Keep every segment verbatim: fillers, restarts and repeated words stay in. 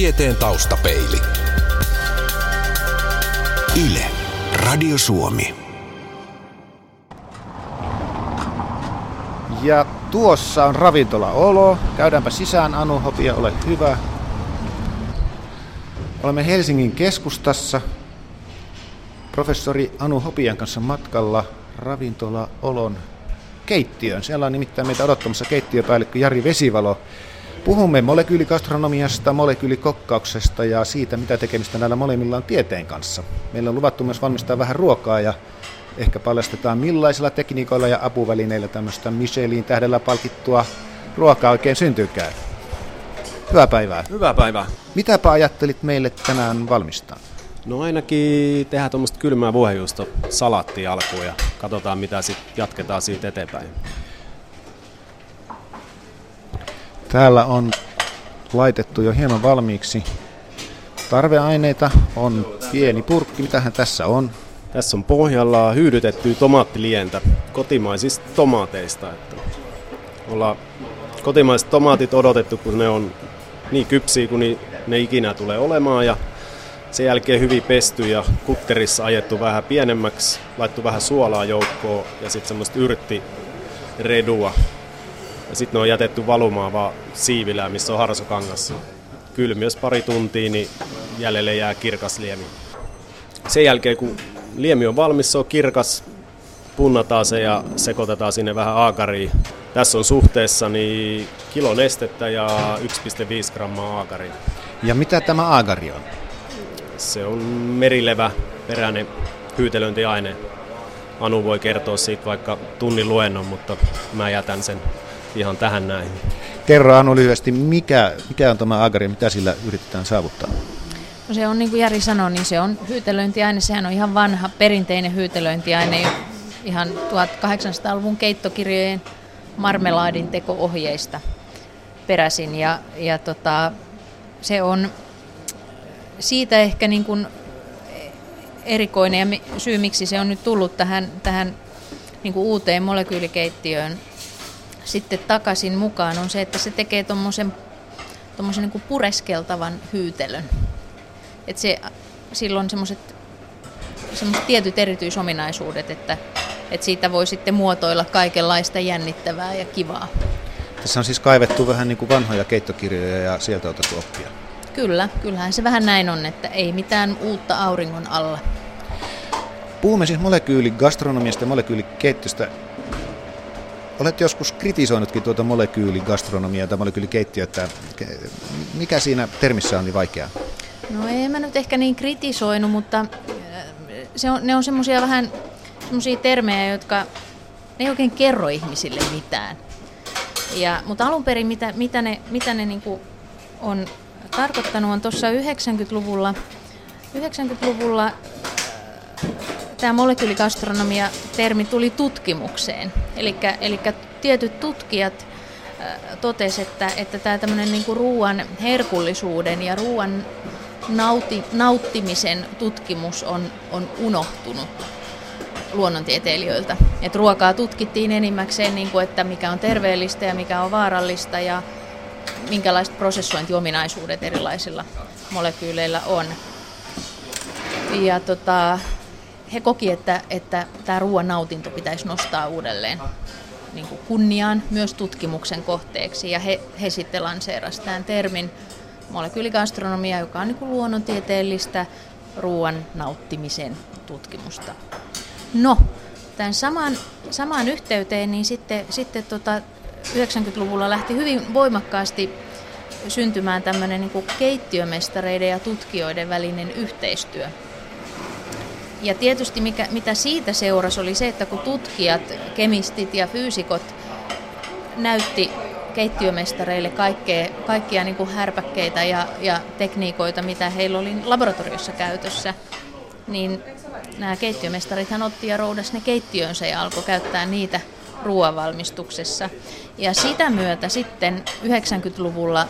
Tieteen taustapeili. Yle, Radio Suomi. Ja tuossa on ravintola Olo. Käydäänpä sisään, Anu Hopia, ole hyvä. Olemme Helsingin keskustassa professori Anu Hopian kanssa matkalla ravintola Olon keittiöön. Siellä on nimittäin meitä odottamassa keittiöpäällikkö Jari Vesivalo. Puhumme molekyyligastronomiasta, molekyylikokkauksesta ja siitä, mitä tekemistä näillä molemmilla on tieteen kanssa. Meillä on luvattu myös valmistaa vähän ruokaa ja ehkä paljastetaan millaisilla tekniikoilla ja apuvälineillä tämmöistä Michelin tähdellä palkittua ruokaa oikein syntyykään. Hyvää päivää. Hyvää päivää. Mitäpä ajattelit meille tänään valmistaa? No ainakin tehdään tuommoista kylmää vuohenjuusto salaattia alkuun ja katsotaan mitä sitten jatketaan siitä eteenpäin. Täällä on laitettu jo hieman valmiiksi tarveaineita. On pieni purkki. Mitähän tässä on? Tässä on pohjalla hyydytettyä tomaattilientä kotimaisista tomaateista. Että ollaan kotimaiset tomaatit odotettu, kun ne on niin kypsiä kuin ne ikinä tulee olemaan. Ja sen jälkeen hyvin pesty ja kutterissa ajettu vähän pienemmäksi, laittu vähän suolaa joukkoon ja sitten semmoista yrttiredua. Ja sitten ne on jätetty valumaan vaan siivilään, missä on harsokangas. Kylmiössä pari tuntia, niin jäljelle jää kirkas liemi. Sen jälkeen, kun liemi on valmis, se on kirkas, punnataan se ja sekoitetaan sinne vähän aakaria. Tässä on suhteessa niin kilo nestettä ja yksi pilkku viisi grammaa aakaria. Ja mitä tämä aagari on? Se on merilevä peräinen hyytelöintiaine. Anu voi kertoa siitä vaikka tunnin luennon, mutta mä jätän sen ihan tähän näin. Kerro Anu lyhyesti, mikä, mikä on tämä aagari ja mitä sillä yritetään saavuttaa? No se on niin kuin Jari sanoi, niin se on hyytelöintiaine. Sehän on ihan vanha perinteinen hyytelöintiaine, ihan tuhatkahdeksansataaluvun keittokirjojen marmelaadin teko-ohjeista peräisin. Ja, ja tota, se on siitä ehkä niin kuin erikoinen ja syy, miksi se on nyt tullut tähän, tähän niin kuin uuteen molekyylikeittiöön sitten takaisin mukaan, on se, että se tekee tuommoisen tommosen niin kuin pureskeltavan hyytelön. Että se, sillä on semmoiset tietyt erityisominaisuudet, että, että siitä voi sitten muotoilla kaikenlaista jännittävää ja kivaa. Tässä on siis kaivettu vähän niin kuin vanhoja keittokirjoja ja sieltä otettu oppia. Kyllä, kyllähän se vähän näin on, että ei mitään uutta auringon alla. Puhumme siis molekyyligastronomiasta ja molekyylikeittiöstä. Olet joskus kritisoinutkin tuota molekyyligastronomiaa tai molekyylikeittiötä. Mikä siinä termissä on niin vaikeaa? No en mä nyt ehkä niin kritisoinut, mutta se on, ne on semmoisia vähän semmoisia termejä, jotka ne ei oikein kerro ihmisille mitään. Ja, mutta alun perin mitä, mitä ne, mitä ne niin kuin on tarkoittanut on tuossa yhdeksänkymmentäluvulla, yhdeksänkymmentäluvulla tämä molekyyligastronomia-termi tuli tutkimukseen. Eli tietyt tutkijat totesivat, että, että tämä tämmöinen niinku ruoan herkullisuuden ja ruoan nauti, nauttimisen tutkimus on, on unohtunut luonnontieteilijöiltä. Et ruokaa tutkittiin enimmäkseen, niin kuin, että mikä on terveellistä ja mikä on vaarallista ja minkälaiset prosessointiominaisuudet erilaisilla molekyyleillä on. Ja tota, he koki, että, että tämä ruoan nautinto pitäisi nostaa uudelleen niin kuin kunniaan myös tutkimuksen kohteeksi. Ja he, he sitten lanseerasivat tämän termin molekyyligastronomia, joka on niin kuin luonnontieteellistä ruoan nauttimisen tutkimusta. No, tämän saman, samaan yhteyteen niin sitten, sitten tota, yhdeksänkymmentäluvulla lähti hyvin voimakkaasti syntymään tämmöinen niin kuin keittiömestareiden ja tutkijoiden välinen yhteistyö. Ja tietysti mikä, mitä siitä seurasi oli se, että kun tutkijat, kemistit ja fyysikot näytti keittiömestareille kaikkea, kaikkia niin kuin härpäkkeitä ja, ja tekniikoita, mitä heillä oli laboratoriossa käytössä, niin nämä keittiömestarithan otti ja roudasi ne keittiönsä ja alkoi käyttää niitä ruoanvalmistuksessa. Ja sitä myötä sitten yhdeksänkymmentäluvulla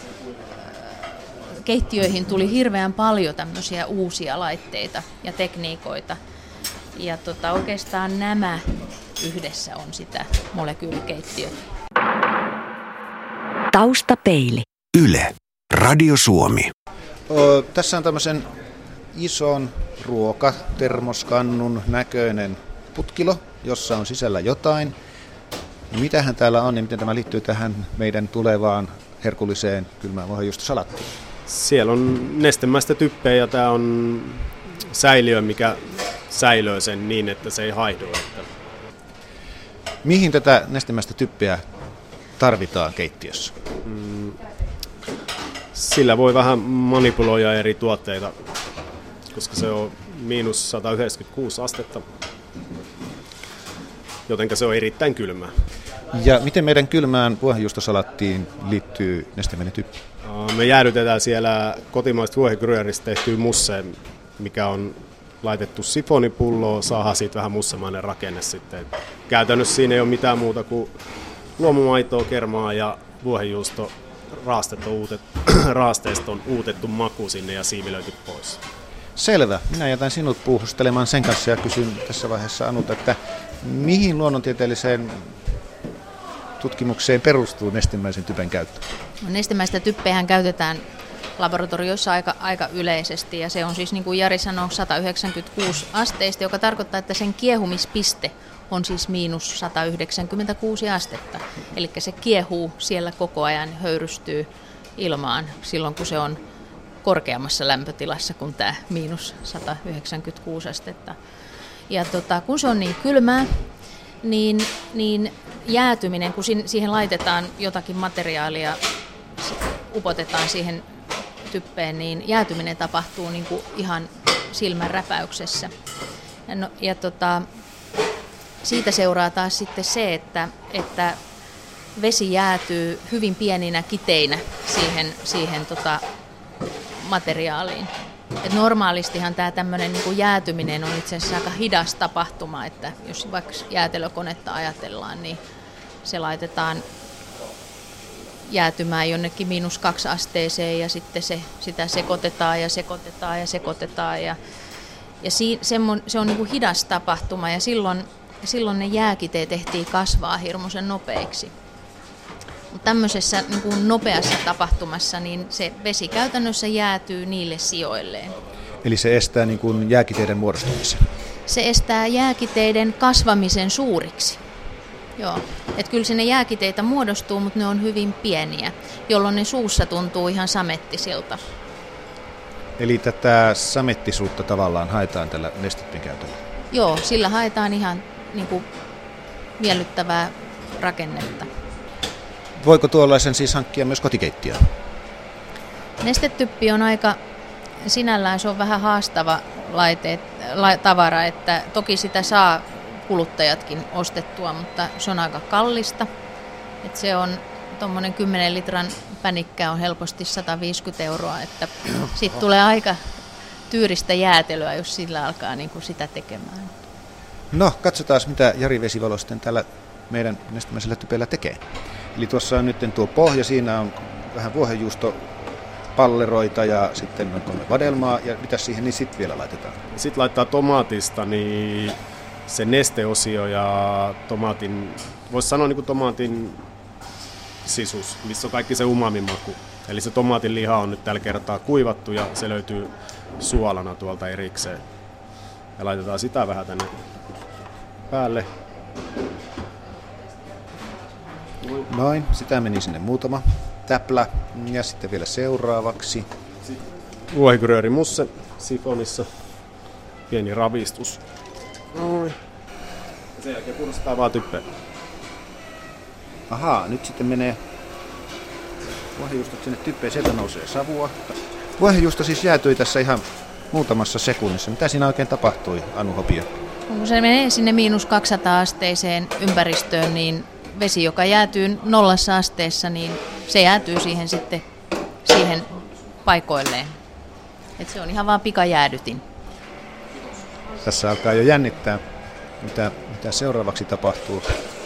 keittiöihin tuli hirveän paljon tämmöisiä uusia laitteita ja tekniikoita. Ja tota, oikeastaan nämä yhdessä on sitä molekyylikeittiötä. Taustapeili. Yle. Radio Suomi. O, tässä on tämmöisen ison ruokatermoskannun näköinen putkilo, jossa on sisällä jotain. Mitähän täällä on ja miten tämä liittyy tähän meidän tulevaan herkulliseen kylmään vuohenjuustosalattiin? Siellä on nestemäistä typpeä ja tämä on säiliö, mikä säilöö sen niin, että se ei haihdu. Että... Mihin tätä nestemäistä typpeä tarvitaan keittiössä? Mm, sillä voi vähän manipuloida eri tuotteita, koska se on miinus sata yhdeksänkymmentäkuusi astetta, jotenka se on erittäin kylmää. Ja miten meidän kylmään vuohenjuustosalattiin liittyy nestemäinen typpi? Me jäädytetään siellä kotimaista vuohengruyerista tehtyä musse, mikä on laitettu sifonipulloon, saadaan siitä vähän mussemainen rakenne sitten. Käytännössä siinä ei ole mitään muuta kuin luomumaitoa, kermaa ja vuohenjuusto raasteesta on uutettu maku sinne ja siivilöity pois. Selvä. Minä jätän sinut puuhustelemaan sen kanssa ja kysyn tässä vaiheessa Anulta, että mihin luonnontieteelliseen tutkimukseen perustuu nestemäisen typen käyttö? Nestemäistä typpeähän käytetään laboratorioissa aika, aika yleisesti ja se on siis niin kuin Jari sanoi sata yhdeksänkymmentäkuusi asteista, joka tarkoittaa, että sen kiehumispiste on siis miinus sata yhdeksänkymmentäkuusi astetta. Eli se kiehuu siellä koko ajan, höyrystyy ilmaan silloin, kun se on korkeammassa lämpötilassa kuin tämä miinus sata yhdeksänkymmentäkuusi astetta. Ja tota, kun se on niin kylmää, niin, niin jäätyminen, kun siihen laitetaan jotakin materiaalia, upotetaan siihen typpeen, niin jäätyminen tapahtuu niin kuin ihan silmän räpäyksessä. Ja, no, ja tota, siitä seuraa taas sitten se, että, että vesi jäätyy hyvin pieninä kiteinä siihen, siihen tota, materiaaliin. Et normaalistihan tämä tämmöinen niin kuin jäätyminen on itse asiassa aika hidas tapahtuma, että jos vaikka jäätelökonetta ajatellaan, niin se laitetaan jäätymään jonnekin miinus kaksi asteeseen ja sitten se, sitä sekoitetaan ja sekoitetaan ja sekoitetaan. Ja, ja si, semmon, se on niin kuin hidas tapahtuma ja silloin, silloin ne jääkiteet ehtii kasvaa hirmuisen nopeiksi. Mutta tämmöisessä niin kuin nopeassa tapahtumassa niin se vesi käytännössä jäätyy niille sijoilleen. Eli se estää niin kuin jääkiteiden muodostumisen? Se estää jääkiteiden kasvamisen suuriksi. Joo. Et kyllä sinne jääkiteitä muodostuu, mutta ne on hyvin pieniä, jolloin ne suussa tuntuu ihan samettisilta. Eli tätä samettisuutta tavallaan haetaan tällä nestetteen käytöllä? Joo, sillä haetaan ihan niin kuin miellyttävää rakennetta. Voiko tuollaisen siis hankkia myös kotikeittiöön? Nestetyppi on aika, sinällään se on vähän haastava laite, la, tavara, että toki sitä saa kuluttajatkin ostettua, mutta se on aika kallista. Et se on tuommoinen kymmenen litran pänikkä on helposti sata viisikymmentä euroa, että siitä tulee aika tyyristä jäätelyä, jos sillä alkaa niin kuin sitä tekemään. No, katsotaan mitä Jari Vesivalo sitten täällä meidän nestemäisellä typellä tekee. Eli tuossa on nyt tuo pohja, siinä on vähän vuohenjuustopalleroita ja sitten on kolme vadelmaa ja mitä siihen niin sitten vielä laitetaan? Sitten laittaa tomaatista niin se nesteosio ja tomaatin, voisi sanoa niin kuin tomaatin sisus, missä on kaikki se umamin maku. Eli se tomaatin liha on nyt tällä kertaa kuivattu ja se löytyy suolana tuolta erikseen. Ja laitetaan sitä vähän tänne päälle. Noin, sitä meni sinne muutama täplä ja sitten vielä seuraavaksi. Vuohengruyerimusse sifonissa, pieni ravistus. Noin. Ja sen jälkeen puristetaan vaan typpeen. Ahaa, nyt sitten menee vuohenjuustot sinne typpeen, sieltä nousee savua. Vuohenjuusto siis jäätyi tässä ihan muutamassa sekunnissa. Mitä siinä oikein tapahtui, Anu Hopio? Kun se menee sinne miinus kaksisataa asteiseen ympäristöön, niin vesi, joka jäätyy nollassa asteessa, niin se jäätyy siihen sitten siihen paikoilleen. Et se on ihan vaan pikajäädytin. Tässä alkaa jo jännittää, mitä, mitä seuraavaksi tapahtuu.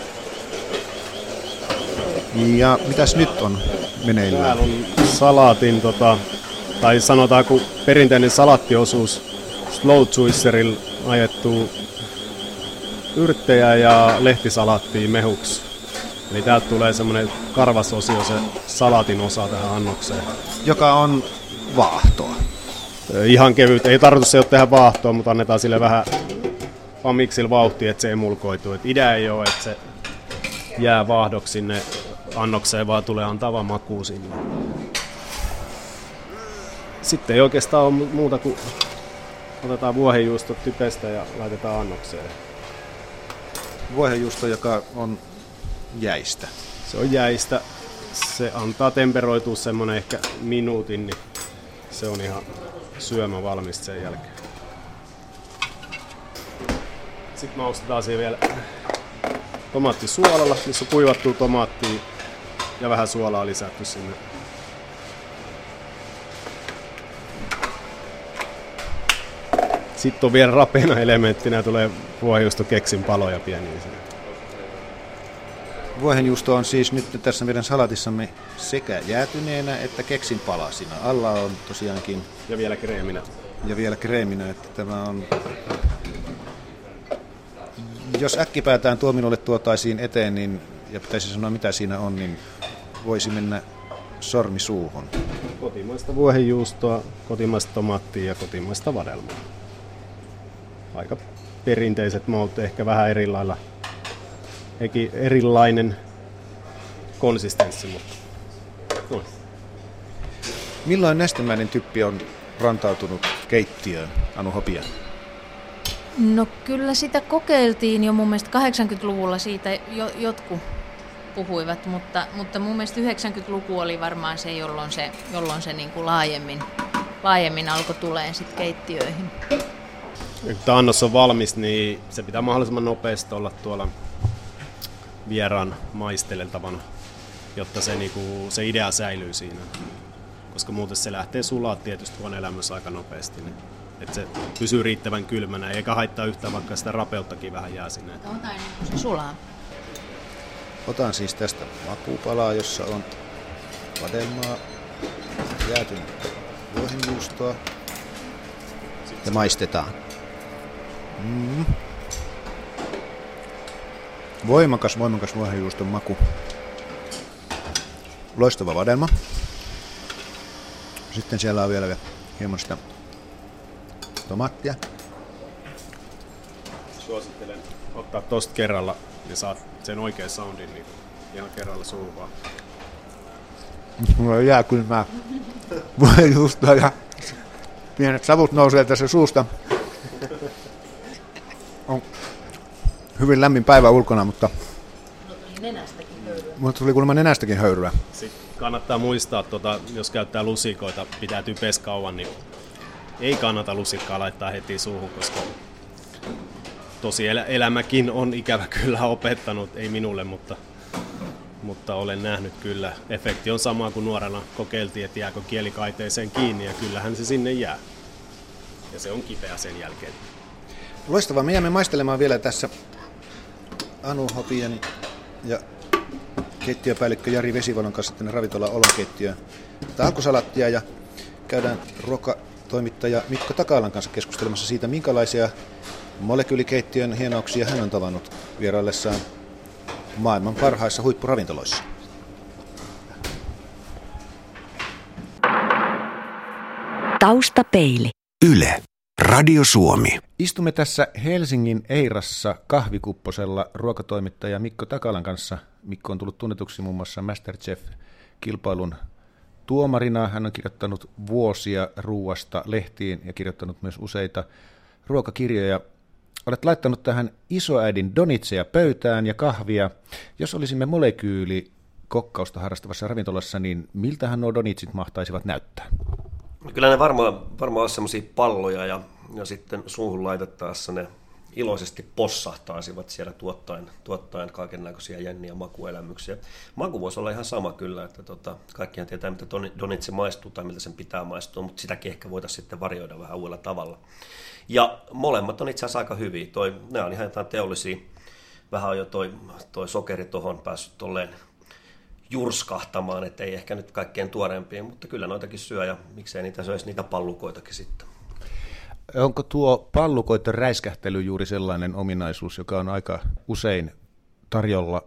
Ja mitäs nyt on meneillään? Täällä on salaatin, tota, tai sanotaanko perinteinen salaattiosuus slow juicerilla ajettu yrttejä ja lehtisalaattia mehuksi. Eli täältä tulee semmoinen karvas osio, se salaatin osa tähän annokseen. Joka on vaahtoa? Ihan kevyt. Ei tarkoitus se ole tehdä vaahtoa, mutta annetaan sille vähän amiksilla vauhtia, että se emulkoituu. Et idea ei ole, että se jää vaahdoksi sinne annokseen, vaan tulee antava maku sinne. Sitten ei oikeastaan ole muuta kuin otetaan vuohenjuustot typestä ja laitetaan annokseen. Vuohenjuusto, joka on jäistä. Se on jäistä. Se antaa temperoitua semmoinen ehkä minuutin, niin se on ihan syömä valmista sen jälkeen. Sitten maustetaan siihen vielä tomaattisuolalla, missä on kuivattua tomaattia ja vähän suolaa lisätty sinne. Sitten on vielä rapeena elementtinä, tulee vuohenjuustokeksin paloja pieniä sinne. Vuohenjuusto on siis nyt tässä meidän salatissamme sekä jäätyneenä että keksin palasina. Alla on tosiaankin... Ja vielä kreeminä. Ja vielä kreeminä, että tämä on... Jos äkkipäätään tuo minulle tuotaisiin eteen, niin, ja pitäisi sanoa mitä siinä on, niin voisi mennä sormi suuhun. Kotimaista vuohenjuustoa, kotimaista tomaattia ja kotimaista vadelmaa. Aika perinteiset maut, ehkä vähän eri lailla. Eikin erilainen konsistenssi, mutta noin. Milloin nestemäinen typpi on rantautunut keittiöön, Anu Hopia? No kyllä sitä kokeiltiin jo mun mielestä kahdeksankymmentäluvulla, siitä jo, jotkut puhuivat, mutta, mutta mun mielestä yhdeksänkymmentäluku oli varmaan se, jolloin se, jolloin se niin kuin laajemmin, laajemmin alkoi tulemaan sit keittiöihin. Ja kun tämä annos on valmis, niin se pitää mahdollisimman nopeasti olla tuolla vieraan maisteltavana, jotta se, niinku, se idea säilyy siinä. Koska muuten se lähtee sulaa tietysti tuon elämässä aika nopeasti. Niin, että se pysyy riittävän kylmänä, eikä haittaa yhtään, vaikka sitä rapeuttakin vähän jää sinne. Ota ennen kuin se sulaa. Otan siis tästä makuupalaa, jossa on vadelmaa, jäätynyt vuohenjuustoa ja maistetaan. Mm. Voimakas, voimakas vuohenjuuston maku. Loistava vadelma. Sitten siellä on vielä hieman sitä tomaattia. Suosittelen ottaa tosta kerralla ja saat sen oikean soundin niin ihan kerralla suuhun vaan. Mulla on jääkylmää vuohenjuustoa ja pienet savut nousee tässä suusta. On hyvin lämmin päivä ulkona, mutta mutta tuli kuulemma nenästäkin höyryä. Sitten kannattaa muistaa, tuota, jos käyttää lusikoita, pitää types kauan, niin ei kannata lusikkaa laittaa heti suuhun, koska tosi elämäkin on ikävä kyllä opettanut, ei minulle, mutta, mutta olen nähnyt kyllä. Efekti on sama kuin nuorena kokeiltiin, että jääkö kielikaiteeseen kiinni ja kyllähän se sinne jää. Ja se on kipeä sen jälkeen. Loistavaa. Me jäämme maistelemaan vielä tässä Anu Hopian ja keittiöpäällikkö Jari Vesivalon kanssa tänne ravintola Olon-keittiöön alkusalattia ja käydään ruokatoimittaja Mikko Takalan kanssa keskustelemassa siitä, minkälaisia molekyylikeittiön hienouksia hän on tavannut vieraillessaan maailman parhaissa huippuravintoloissa. Taustapeili. Yle. Radio Suomi. Istumme tässä Helsingin Eirassa kahvikupposella ruokatoimittaja Mikko Takalan kanssa. Mikko on tullut tunnetuksi muun muassa MasterChef-kilpailun tuomarina. Hän on kirjoittanut vuosia ruuasta lehtiin ja kirjoittanut myös useita ruokakirjoja. Olet laittanut tähän isoäidin donitseja pöytään ja kahvia. Jos olisimme molekyylikokkausta harrastavassa ravintolassa, niin miltähän nuo donitsit mahtaisivat näyttää? Kyllä ne varmaan, varmaan on semmoisia palloja ja, ja sitten suuhun laitettaessa ne iloisesti possahtaisivat siellä tuottaen, tuottaen kaikennäköisiä jänniä makuelämyksiä. Maku voisi olla ihan sama kyllä, että tota, kaikkihan tietää, mitä donitsi maistuu tai miltä sen pitää maistua, mutta sitäkin ehkä voitaisiin sitten varjoida vähän uudella tavalla. Ja molemmat on itse asiassa aika hyviä. Toi, nämä on ihan jotain teollisia. Vähän on jo toi, toi sokeri tuohon päässyt tolleen jurskahtamaan, ettei ehkä nyt kaikkein tuoreempia, mutta kyllä noitakin syö ja miksei niitä söisi niitä pallukoitakin sitten. Onko tuo pallukoiden räiskähtely juuri sellainen ominaisuus, joka on aika usein tarjolla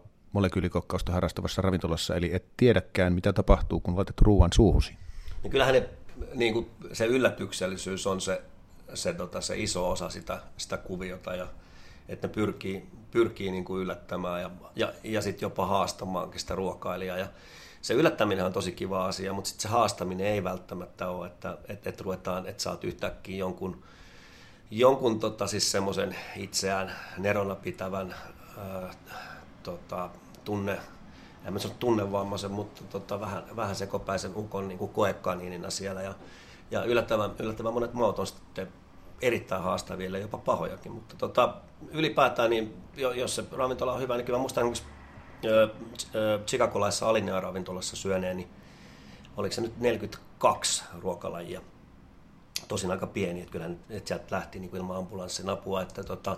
molekyylikokkausta harrastavassa ravintolassa, eli et tiedäkään, mitä tapahtuu, kun laitat ruoan suuhusi? Niin kyllähän ne niin kuin se yllätyksellisyys on se, se, tota, se iso osa sitä, sitä kuviota, ja että ne pyrkii, pyrkii niin kuin yllättämään ja, ja, ja sitten jopa haastamaankin sitä ruokailijaa. Ja se yllättäminen on tosi kiva asia, mutta sitten se haastaminen ei välttämättä ole, että et, et ruvetaan, että saat yhtäkkiä jonkun, jonkun tota, siis semmoisen itseään nerona pitävän ää, tota, tunne, en mä sano tunnevammaisen, mutta tota, vähän, vähän sekopäisen ukon niin kuin koekaniinina siellä. Ja, ja yllättävän, yllättävän monet maut on sitten erittäin haastavia, jopa pahojakin, mutta tota, ylipäätään, niin jos se ravintola on hyvä, niin kyllä mä muistan esimerkiksi chicagolaisessa Alinea-ravintolassa syöneen, niin oliko se nyt neljäkymmentäkaksi ruokalajia, tosin aika pieni, että kyllähän että sieltä lähti niin kuin ilman ambulanssin apua, että tota,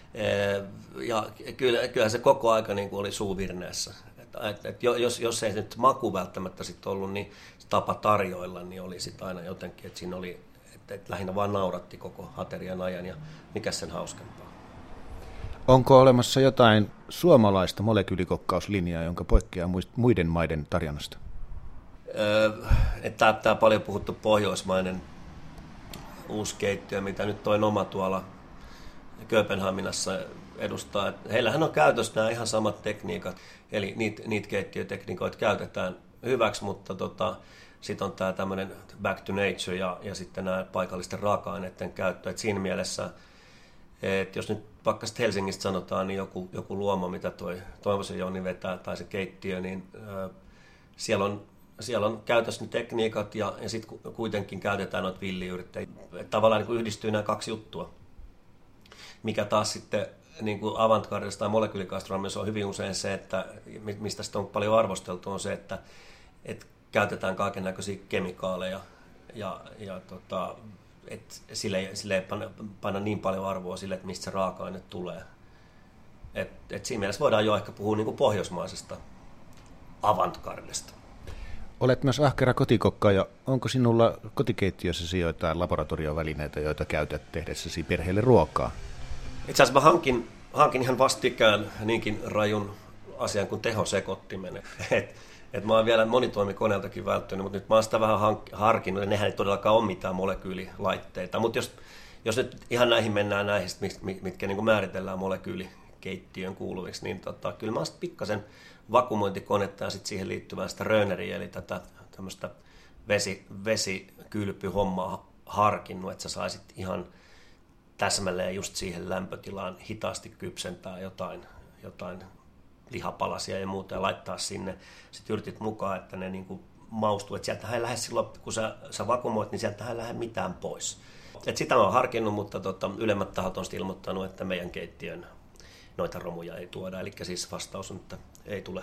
ja kyllä, kyllähän se koko aika niin kuin oli suu virneessä. Et, et jos, jos ei nyt maku välttämättä sit ollut, niin tapa tarjoilla niin oli sit aina jotenkin, että siinä oli, että et lähinnä vaan nauratti koko aterian ajan, ja mikä sen hauskempaa. Onko olemassa jotain suomalaista molekyylikokkaulinjaa, jonka poikkeaa muiden maiden tarjonnasta? Öö, Tämä paljon puhuttu pohjoismainen uusi keittiö, mitä nyt toi Noma tuolla Kööpenhaminassa edustaa. Et heillähän on käytössä nämä ihan samat tekniikat, eli niitä niit keittiötekniikoita käytetään hyväksi, mutta tota, sitten on tämä tämmöinen back to nature ja, ja sitten nämä paikallisten raaka-aineiden käyttö. Et siinä mielessä, että jos nyt vaikka Helsingistä sanotaan, niin joku, joku luoma, mitä toi Toivosen Jouni vetää, tai se keittiö, niin ö, siellä on Siellä on käytössä ne tekniikat ja, ja sitten kuitenkin käytetään noita villiyrittäjiä. Tavallaan niin kuin yhdistyy nämä kaksi juttua, mikä taas sitten niin kuin avantgardissa tai molekyyligastronomiassa on hyvin usein se, että mistä sitä on paljon arvosteltu, on se, että, että käytetään kaikennäköisiä kemikaaleja ja, ja tota, et sille, sille ei panna, panna niin paljon arvoa sille, että mistä se raaka-aine tulee. Et, et siinä mielessä voidaan jo ehkä puhua niin kuin pohjoismaisesta avantgardista. Olet myös ahkera kotikokka, ja onko sinulla kotikeittiössäsi joitain laboratoriovälineitä, joita käytät tehdessäsi perheelle ruokaa? Itse asiassa mä hankin, hankin ihan vastikään niinkin rajun asian kuin tehosekottimen. Et, et mä oon vielä monitoimikoneeltakin välttynyt, mutta nyt mä oon sitä vähän hank- harkinnut, ja nehän ei todellakaan ole mitään molekyylilaitteita. Mutta jos, jos nyt ihan näihin mennään näihin, mitkä niin kuin määritellään molekyylikeittiön kuuluviksi, niin tota, kyllä mä oon sitten pikkasen vakuumointikonetta ja sitten siihen liittyvää sitä rööneriä, eli tätä tämmöistä vesi, vesikylpyhommaa harkinnut, että sä saisit ihan täsmälleen just siihen lämpötilaan hitaasti kypsentää jotain, jotain lihapalasia ja muuta ja laittaa sinne sit yrtit mukaan, että ne niinku maustuu. Että sieltähän ei lähde silloin, kun sä, sä vakuumoit, niin sieltähän ei lähde mitään pois. Et sitä mä oon harkinnut, mutta tota, ylemmät tahot on ilmoittanut, että meidän keittiön noita romuja ei tuoda, eli siis vastaus on, että ei tule.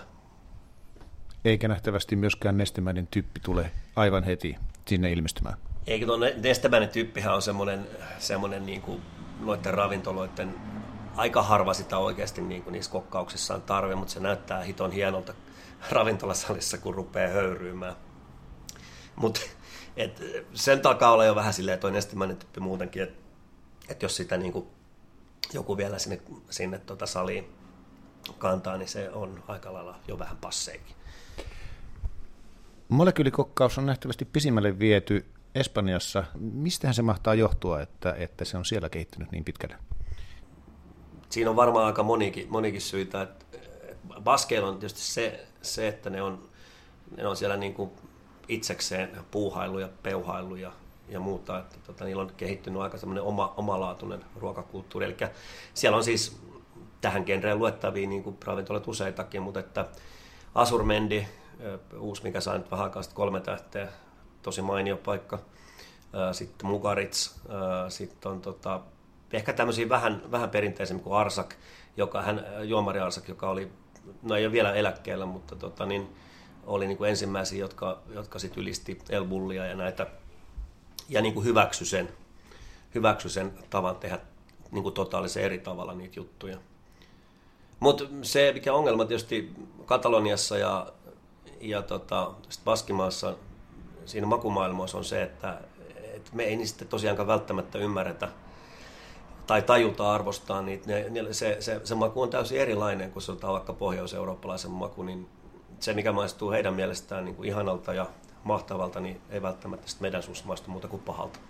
Eikä nähtävästi myöskään nestemäinen typpi tule aivan heti sinne ilmestymään. Eikä tuo nestemäinen typpihän on semmoinen, semmoinen niin kuin noiden ravintoloiden, aika harva sitä oikeasti niin kuin niissä kokkauksissaan tarve, mutta se näyttää hiton hienolta ravintolasalissa, kun rupeaa höyryymään. Mutta sen takaa olla jo vähän silleen tuo nestemäinen typpi muutenkin, että et jos sitä niin kuin joku vielä sinne, sinne tuota saliin kantaa, niin se on aika lailla jo vähän passeikin. Molekyylikokkaus on nähtävästi pisimmälle viety Espanjassa. Mistähän se mahtaa johtua, että, että se on siellä kehittynyt niin pitkälle? Siinä on varmaan aika monikin, monikin syitä. Baskeilla on tietysti se, se että ne on, ne on siellä niin kuin itsekseen puuhailu ja peuhailu ja ja muuta, että tota, niillä on kehittynyt aika semmoinen oma, omalaatuinen ruokakulttuuri. Eli siellä on siis tähän genreen luettavia niin kuin ravintolat useitakin, mutta että Asurmendi, uusi, mikä sai nyt vähän aikaa sitten kolme tähteä, tosi mainio paikka. Sitten Mugarits, sitten on tota, ehkä tämmöisiä vähän, vähän perinteisemmin kuin Arsak, joka, hän, Juomari Arsak, joka oli, no ei ole vielä eläkkeellä, mutta tota, niin, oli niin kuin ensimmäisiä, jotka, jotka sitten ylisti El Bullia ja näitä ja niin kuin hyväksy sen, hyväksy sen tavan tehdä niin kuin totaalisen eri tavalla niitä juttuja. Mutta se, mikä ongelma tietysti Kataloniassa ja, ja tota, Baskimaassa siinä makumaailmoissa on se, että, että me ei niistä tosiaankaan välttämättä ymmärretä tai tajuta arvostaa niitä. Ne, ne, se, se, se maku on täysin erilainen, kun se on vaikka pohjois-eurooppalaisen maku, niin se, mikä maistuu heidän mielestään niin kuin ihanalta ja mahtavalta, niin ei välttämättä sit meidän suussa maistu muuta kuin pahalta.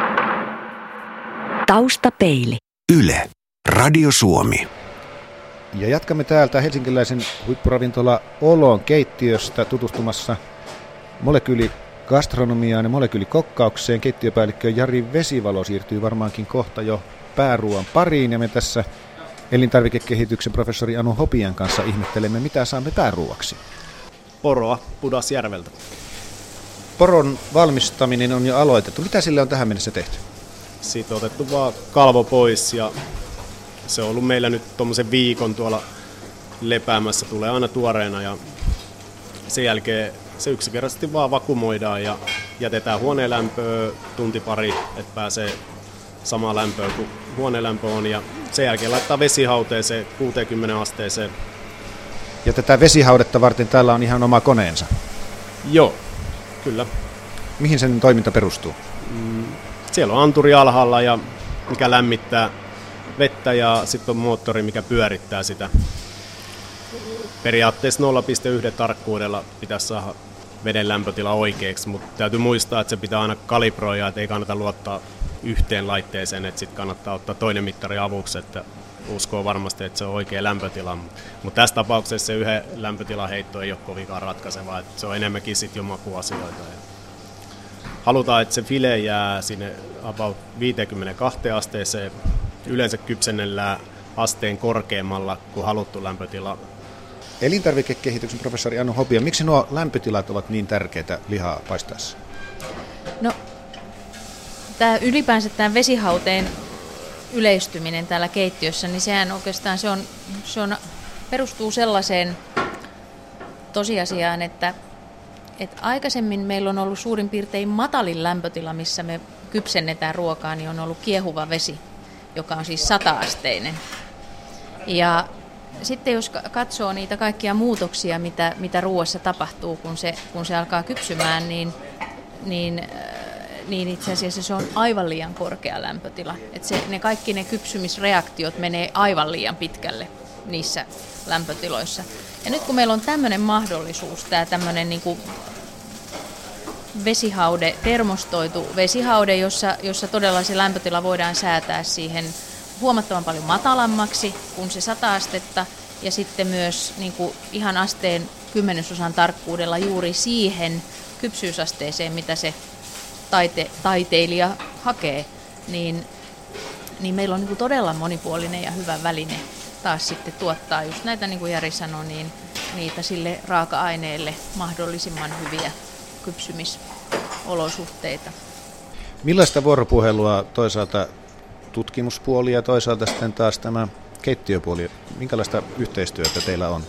Taustapeili. Yle. Radio Suomi. Ja jatkamme täältä helsinkiläisen huippuravintola Olon keittiöstä tutustumassa molekyyligastronomiaan ja molekyylikokkaukseen. Keittiöpäällikkö Jari Vesivalo siirtyy varmaankin kohta jo pääruoan pariin, ja me tässä elintarvikekehityksen professori Anu Hopian kanssa ihmettelemme, mitä saamme pääruoaksi. Poroa Pudasjärveltä. Poron valmistaminen on jo aloitettu. Mitä sille on tähän mennessä tehty? Siitä on otettu vaan kalvo pois ja se on ollut meillä nyt tuommoisen viikon tuolla lepäämässä, tulee aina tuoreena ja sen jälkeen se yksinkertaisesti vaan vakumoidaan ja jätetään huoneen lämpöä tunti pari, että pääsee samaa lämpöä kuin huoneen lämpö on ja sen jälkeen laittaa vesihauteeseen kuuteenkymmeneen asteeseen. Ja tätä vesihaudetta varten täällä on ihan oma koneensa? Joo, kyllä. Mihin sen toiminta perustuu? Mm, siellä on anturi alhaalla, ja mikä lämmittää vettä ja sitten on moottori, mikä pyörittää sitä. Periaatteessa nolla pilkku yksi tarkkuudella pitäisi saada veden lämpötila oikeaksi, mutta täytyy muistaa, että se pitää aina kalibroida, että ei kannata luottaa yhteen laitteeseen, että sitten kannattaa ottaa toinen mittari avuksi, että uskoo varmasti, että se on oikea lämpötila. Mutta tässä tapauksessa se yhden lämpötilan heitto ei ole kovinkaan ratkaiseva, että se on enemmänkin sitten jo makuasioita. Halutaan, että se file jää sinne about viiteenkymmeneenkahteen asteeseen. Yleensä kypsennellään asteen korkeammalla kuin haluttu lämpötila. Elintarvikekehityksen professori Anu Hopia, miksi nuo lämpötilat ovat niin tärkeitä lihaa paistaessa? No, tämä ylipäänsä tämä vesihauteen yleistyminen täällä keittiössä, niin sehän oikeastaan se on, se on, perustuu sellaiseen tosiasiaan, että, että aikaisemmin meillä on ollut suurin piirtein matalin lämpötila, missä me kypsennetään ruokaa, niin on ollut kiehuva vesi, joka on siis sata-asteinen. Ja sitten jos katsoo niitä kaikkia muutoksia, mitä, mitä ruoassa tapahtuu, kun se, kun se alkaa kypsymään, niin, niin, niin itse asiassa se on aivan liian korkea lämpötila. Et se, ne kaikki ne kypsymisreaktiot menee aivan liian pitkälle niissä lämpötiloissa. Ja nyt kun meillä on tämmöinen mahdollisuus, tämä tämmöinen niin kuin vesihaude, termostoitu vesihaude, jossa, jossa todella se lämpötila voidaan säätää siihen huomattavan paljon matalammaksi kuin se sata astetta ja sitten myös niin kuin ihan asteen kymmenesosan tarkkuudella juuri siihen kypsyysasteeseen, mitä se taite, taiteilija hakee, niin, niin meillä on niin kuin todella monipuolinen ja hyvä väline taas sitten tuottaa just näitä, niin kuin Jari sanoi, niin niitä sille raaka-aineelle mahdollisimman hyviä kypsymisolosuhteita. Millaista vuoropuhelua toisaalta tutkimuspuoli ja toisaalta sitten taas tämä keittiöpuoli, minkälaista yhteistyötä teillä on?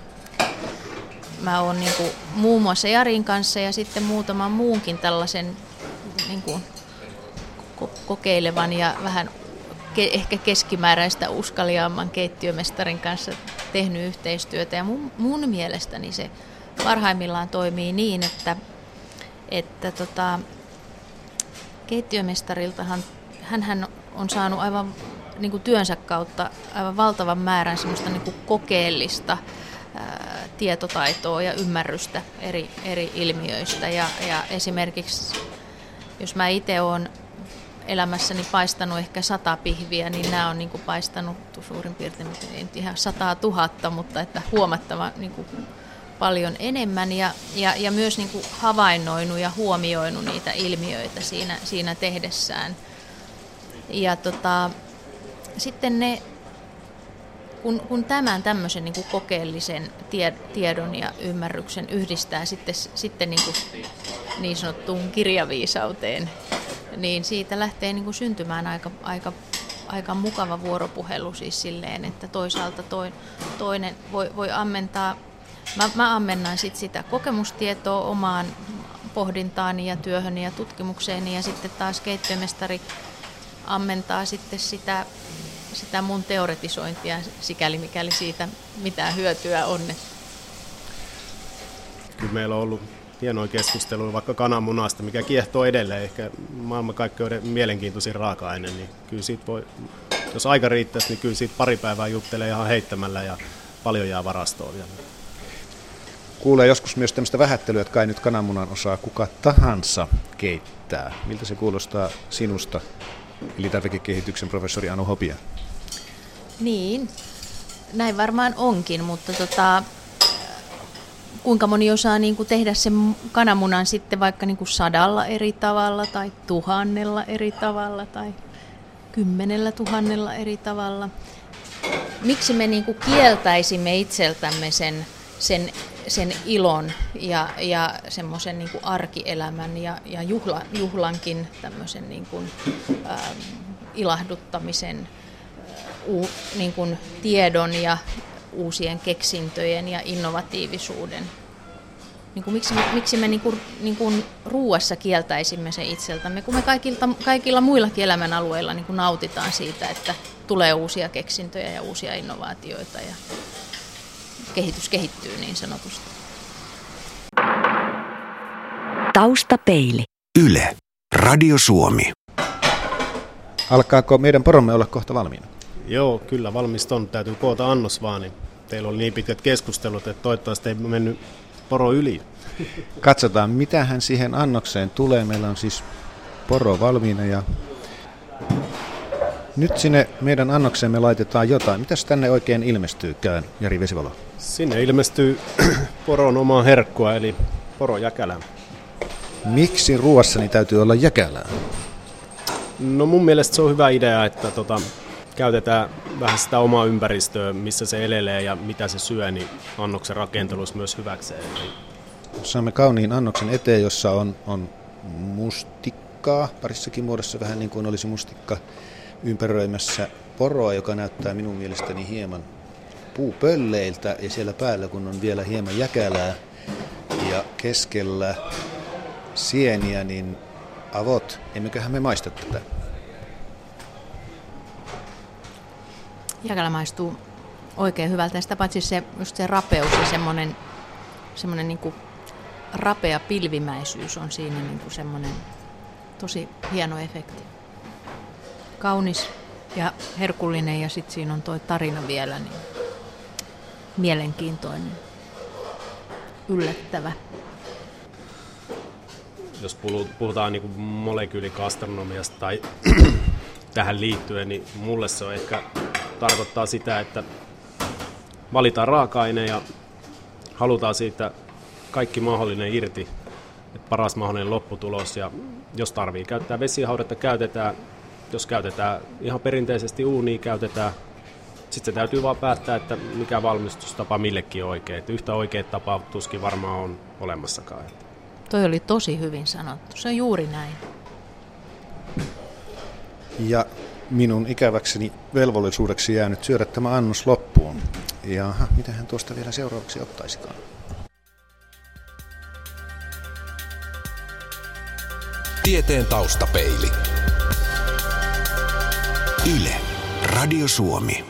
Mä oon niin kuin muun muassa Jarin kanssa ja sitten muutaman muunkin tällaisen niin kuin kokeilevan ja vähän ke- ehkä keskimääräistä uskaliaamman keittiömestarin kanssa tehnyt yhteistyötä. Ja mun, mun mielestäni se parhaimmillaan toimii niin, että, että tota, keittiömestariltahan hänhän on saanut aivan niin kuin työnsä kautta aivan valtavan määrän semmoista niin kuin kokeellista ää, tietotaitoa ja ymmärrystä eri, eri ilmiöistä. Ja, ja esimerkiksi, jos mä itse olen elämässäni paistanut ehkä sata pihviä, niin nämä on niin kuin paistanut suurin piirtein ei ihan sataa tuhatta, mutta että huomattavan niin kuin paljon enemmän ja, ja, ja myös niin kuin havainnoinut ja huomioinut niitä ilmiöitä siinä, siinä tehdessään. Ja tota, sitten ne, kun, kun tämän tämmöisen niin kuin kokeellisen tie, tiedon ja ymmärryksen yhdistää sitten, sitten niin, kuin niin sanottuun kirjaviisauteen, niin siitä lähtee niin kuin syntymään aika, aika, aika mukava vuoropuhelu siis silleen, että toisaalta toi, toinen voi, voi ammentaa, mä, mä ammennan sit sitä kokemustietoa omaan pohdintaani ja työhöni ja tutkimukseeni ja sitten taas keittiömestari ammentaa sitten sitä, sitä mun teoretisointia, sikäli mikäli siitä mitään hyötyä on. Kyllä meillä on ollut hienoja keskusteluja vaikka kananmunasta, mikä kiehtoo edelleen, ehkä maailman kaikkein mielenkiintoisin raaka-aine, niin kyllä siitä voi, jos aika riittäisi, niin kyllä siitä pari päivää juttelee ihan heittämällä ja paljon jää varastoon vielä. kuulee joskus myös tämmöistä vähättelyä, että kai nyt kananmunan osaa kuka tahansa keittää. Miltä se kuulostaa sinusta, elintarvikekehityksen professori Anu Hopia? Niin, näin varmaan onkin, mutta tota, kuinka moni osaa niin kuin tehdä sen kananmunan sitten vaikka niin kuin sadalla eri tavalla tai tuhannella eri tavalla tai kymmenellä tuhannella eri tavalla. Miksi me niin kuin kieltäisimme itseltämme sen, sen, sen ilon ja, ja semmoisen niin kuin arkielämän ja, ja juhla, juhlankin tämmöisen niin kuin, äh, ilahduttamisen, uh, niin kuin tiedon ja uusien keksintöjen ja innovatiivisuuden. Niin kuin, miksi, miksi me niin kuin, niin kuin ruuassa kieltäisimme sen itseltämme, kun me kaikilta, kaikilla muillakin elämänalueilla niin kuin nautitaan siitä, että tulee uusia keksintöjä ja uusia innovaatioita ja kehitys kehittyy niin sanotusti. Taustapeili. Yle. Radio Suomi. Alkaako meidän poromme olla kohta valmiina? Joo, kyllä valmista on. Täytyy koota annos vaan, niin teillä oli niin pitkät keskustelut, että toivottavasti ei mennyt poro yli. Katsotaan, mitähän siihen annokseen tulee. Meillä on siis poro valmiina ja nyt sinne meidän annokseemme laitetaan jotain. Mitäs tänne oikein ilmestyykään, Jari Vesivalo? Sinne ilmestyy poron omaa herkkua, eli porojäkälää. Miksi ruuassani täytyy olla jäkälää? No mun mielestä se on hyvä idea, että tota, käytetään vähän sitä omaa ympäristöä, missä se elelee ja mitä se syö, niin annoksen rakentelussa myös hyväkseen. Saamme kauniin annoksen eteen, jossa on, on mustikkaa, parissakin muodossa vähän niin kuin olisi mustikka ympäröimässä poroa, joka näyttää minun mielestäni hieman puupölleiltä ja siellä päällä kun on vielä hieman jäkälää ja keskellä sieniä, niin avot, emmeköhän me maista tätä? Jäkälä maistuu oikein hyvältä ja sitä paitsi se, just se rapeus ja semmoinen, semmoinen niin kuin rapea pilvimäisyys on siinä niin kuin semmoinen tosi hieno efekti. Kaunis ja herkullinen ja sitten siinä on tuo tarina vielä, niin mielenkiintoinen, yllättävä. Jos puhutaan niin kuin molekyylikastronomiasta tai tähän liittyen, niin mulle se on ehkä tarkoittaa sitä, että valitaan raaka-aine ja halutaan siitä kaikki mahdollinen irti, että paras mahdollinen lopputulos. Ja jos tarvii käyttää vesihaudetta, käytetään. Jos käytetään ihan perinteisesti uunia, käytetään. Sitten se täytyy vaan päättää, että mikä valmistustapa millekin on oikein. Että yhtä oikea tapa tuskin varmaan on olemassakaan. Toi oli tosi hyvin sanottu. Se on juuri näin. Ja minun ikäväkseni velvollisuudeksi jäänyt syödä tämä annos loppuun. Jaha, mitähän tuosta vielä seuraavaksi ottaisikaan? Tieteen taustapeili. Yle. Radio Suomi.